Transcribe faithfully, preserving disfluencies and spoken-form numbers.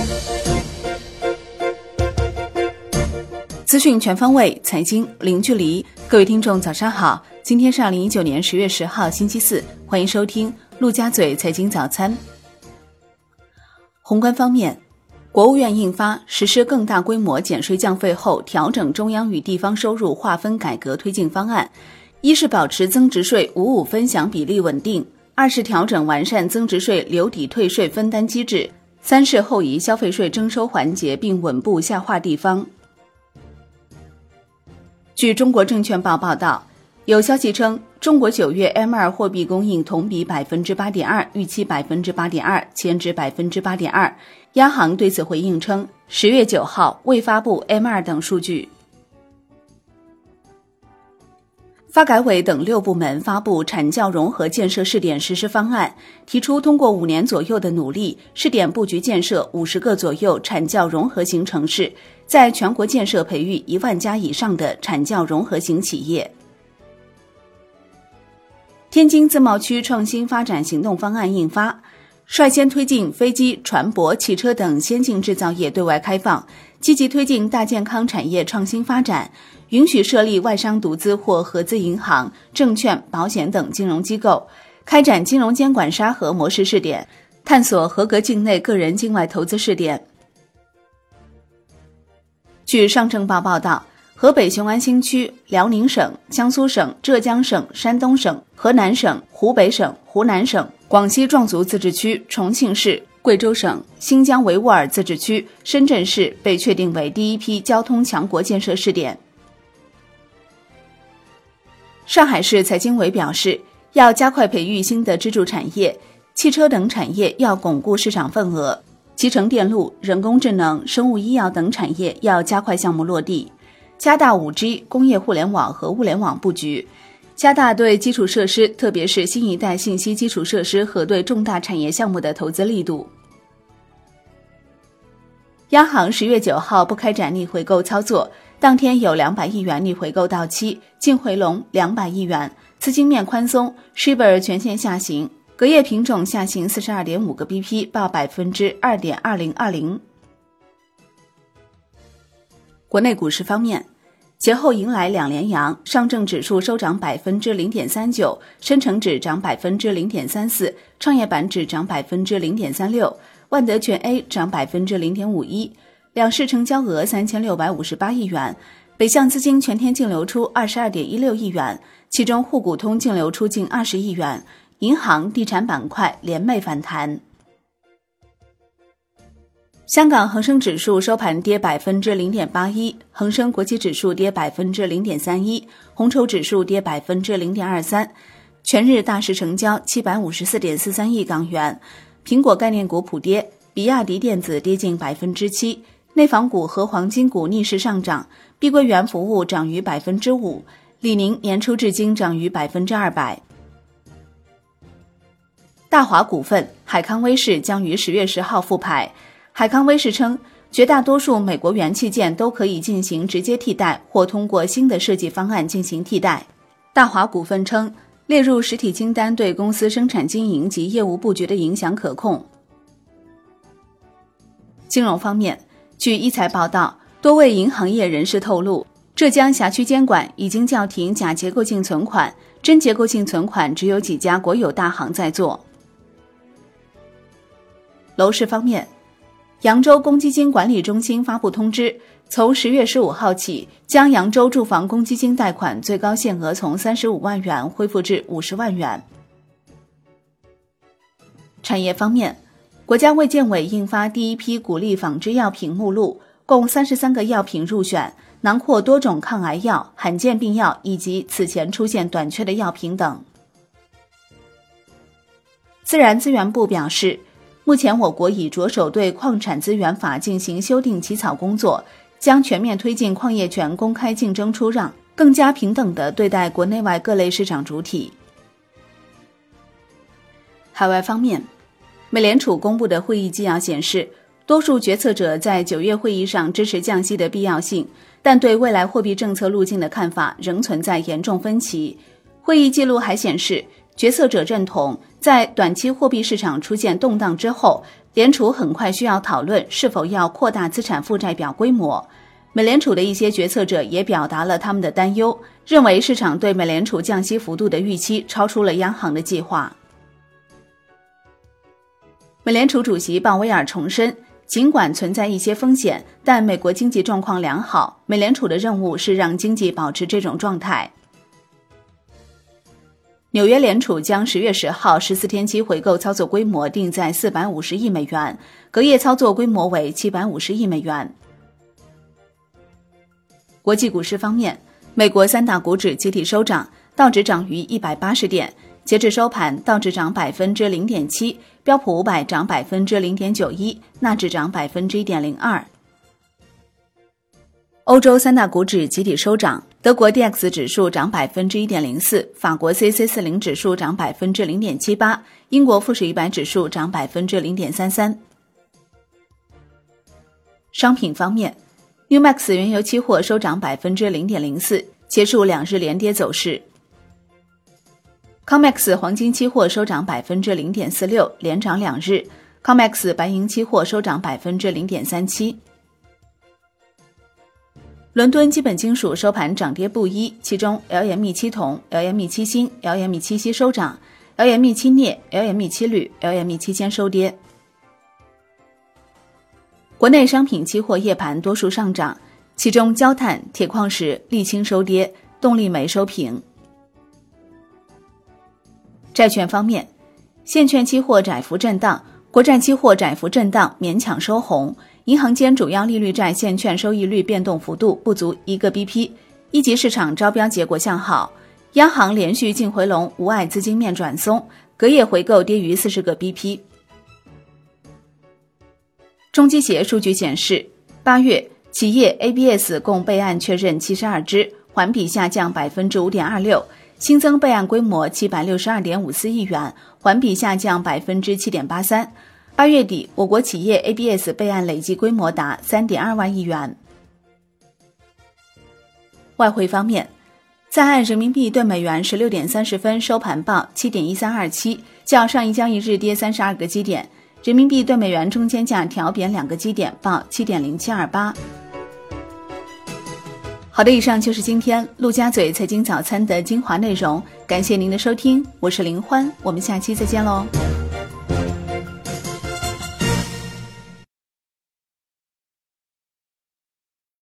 资讯全方位，财经零距离。各位听众早上好，今天是二零一九年十月十号星期四，欢迎收听陆家嘴财经早餐。宏观方面，国务院印发实施更大规模减税降费后调整中央与地方收入划分改革推进方案，一是保持增值税五五分享比例稳定，二是调整完善增值税留抵退税分担机制，三是后移消费税征收环节并稳步下划地方。据中国证券报报道，有消息称，中国九月 M 二 货币供应同比 百分之八点二， 预期 百分之八点二， 前值 百分之八点二。 央行对此回应称，十月九号未发布 M 二 等数据。发改委等六部门发布产教融合建设试点实施方案，提出通过五年左右的努力，试点布局建设五十个左右产教融合型城市，在全国建设培育一万家以上的产教融合型企业。天津自贸区创新发展行动方案印发，率先推进飞机、船舶、汽车等先进制造业对外开放，积极推进大健康产业创新发展，允许设立外商独资或合资银行、证券、保险等金融机构，开展金融监管沙盒模式试点，探索合格境内个人境外投资试点。据上证报报道，河北雄安新区、辽宁省、江苏省、浙江省、山东省、河南省、湖北省、湖南省、广西壮族自治区、重庆市、贵州省、新疆维吾尔自治区、深圳市被确定为第一批交通强国建设试点。上海市财经委表示，要加快培育新的支柱产业，汽车等产业要巩固市场份额，集成电路、人工智能、生物医药等产业要加快项目落地，加大 五 G、工业互联网和物联网布局，加大对基础设施，特别是新一代信息基础设施和对重大产业项目的投资力度。央行十月九号不开展逆回购操作，当天有两百亿元逆回购到期，净回笼两百亿元，资金面宽松 ，Shibor 全线下行，隔夜品种下行 四十二点五 个 B P， 报 百分之二点二零二零。国内股市方面，节后迎来两连阳，上证指数收涨 百分之零点三九， 深成指涨 百分之零点三四， 创业板指涨 百分之零点三六， 万德全 A 涨 百分之零点五一， 两市成交额三千六百五十八亿元，北向资金全天净流出 二十二点一六亿元，其中沪股通净流出近二十亿元，银行、地产板块连袂反弹。香港恒生指数收盘跌 百分之零点八一， 恒生国际指数跌 百分之零点三一， 红筹指数跌 百分之零点二三， 全日大市成交 七百五十四点四三亿港元，苹果概念股普跌，比亚迪电子跌近 百分之七， 内房股和黄金股逆势上涨，碧桂园服务涨逾 百分之五， 李宁年初至今涨逾 百分之二百。大华股份、海康威视将于十月十号复牌。海康威视称，绝大多数美国元器件都可以进行直接替代或通过新的设计方案进行替代。大华股份称，列入实体清单对公司生产经营及业务布局的影响可控。金融方面，据一财报道，多位银行业人士透露，浙江辖区监管已经叫停假结构性存款，真结构性存款只有几家国有大行在做。楼市方面，扬州公积金管理中心发布通知，从十月十五号起，将扬州住房公积金贷款最高限额从三十五万元恢复至五十万元。产业方面，国家卫健委印发第一批鼓励仿制药品目录，共三十三个药品入选，囊括多种抗癌药、罕见病药以及此前出现短缺的药品等。自然资源部表示，目前我国已着手对矿产资源法进行修订起草工作，将全面推进矿业权公开竞争出让，更加平等地对待国内外各类市场主体。海外方面，美联储公布的会议纪要显示，多数决策者在九月会议上支持降息的必要性，但对未来货币政策路径的看法仍存在严重分歧。会议记录还显示，决策者认同在短期货币市场出现动荡之后， 联储很快需要讨论是否要扩大资产负债表规模。美联储的一些决策者也表达了他们的担忧，认为市场对美联储降息幅度的预期超出了央行的计划。美联储主席鲍威尔重申，尽管存在一些风险，但美国经济状况良好，美联储的任务是让经济保持这种状态。纽约联储将十月十号十四天期回购操作规模定在四百五十亿美元，隔夜操作规模为七百五十亿美元。国际股市方面，美国三大股指集体收涨，道指涨逾一百八十点，截至收盘，道指涨 百分之零点七， 标普五百涨 百分之零点九一， 纳指涨 百分之一点零二。欧洲三大股指集体收涨，德国 D X 指数涨 百分之一点零四， 法国 C C 四十 指数涨 百分之零点七八， 英国富时一百指数涨 百分之零点三三。商品方面， New Max 原油期货收涨 百分之零点零四， 结束两日连跌走势。COMEX 黄金期货收涨 百分之零点四六， 连涨两日。COMEX 白银期货收涨 百分之零点三七。伦敦基本金属收盘涨跌不一，其中 L M E 七铜、L M E 七锌、L M E 七锡收涨， L M E 七镍、L M E 七铝、L M E 七铅收跌。国内商品期货夜盘多数上涨，其中焦炭、铁矿石、沥青收跌，动力煤收平。债券方面，现券期货窄幅震荡，国债期货窄幅震荡，勉强收红。银行间主要利率债现券收益率变动幅度不足一个 B P， 一级市场招标结果向好，央行连续净回笼，无碍资金面转松，隔夜回购跌逾四十个 B P。 中基协数据显示，八月企业 A B S 共备案确认七十二只，环比下降 百分之五点二六， 新增备案规模 七百六十二点五四亿元，环比下降 百分之七点八三。八月底，我国企业 A B S 备案累计规模达 三点二万亿元。外汇方面，在岸人民币对美元十六点三十分收盘报 七点一三二七， 较上一交易日跌三十二个基点，人民币对美元中间价调贬两个基点，报 七点零七二八。好的，以上就是今天陆家嘴财经早餐的精华内容，感谢您的收听，我是林欢，我们下期再见喽。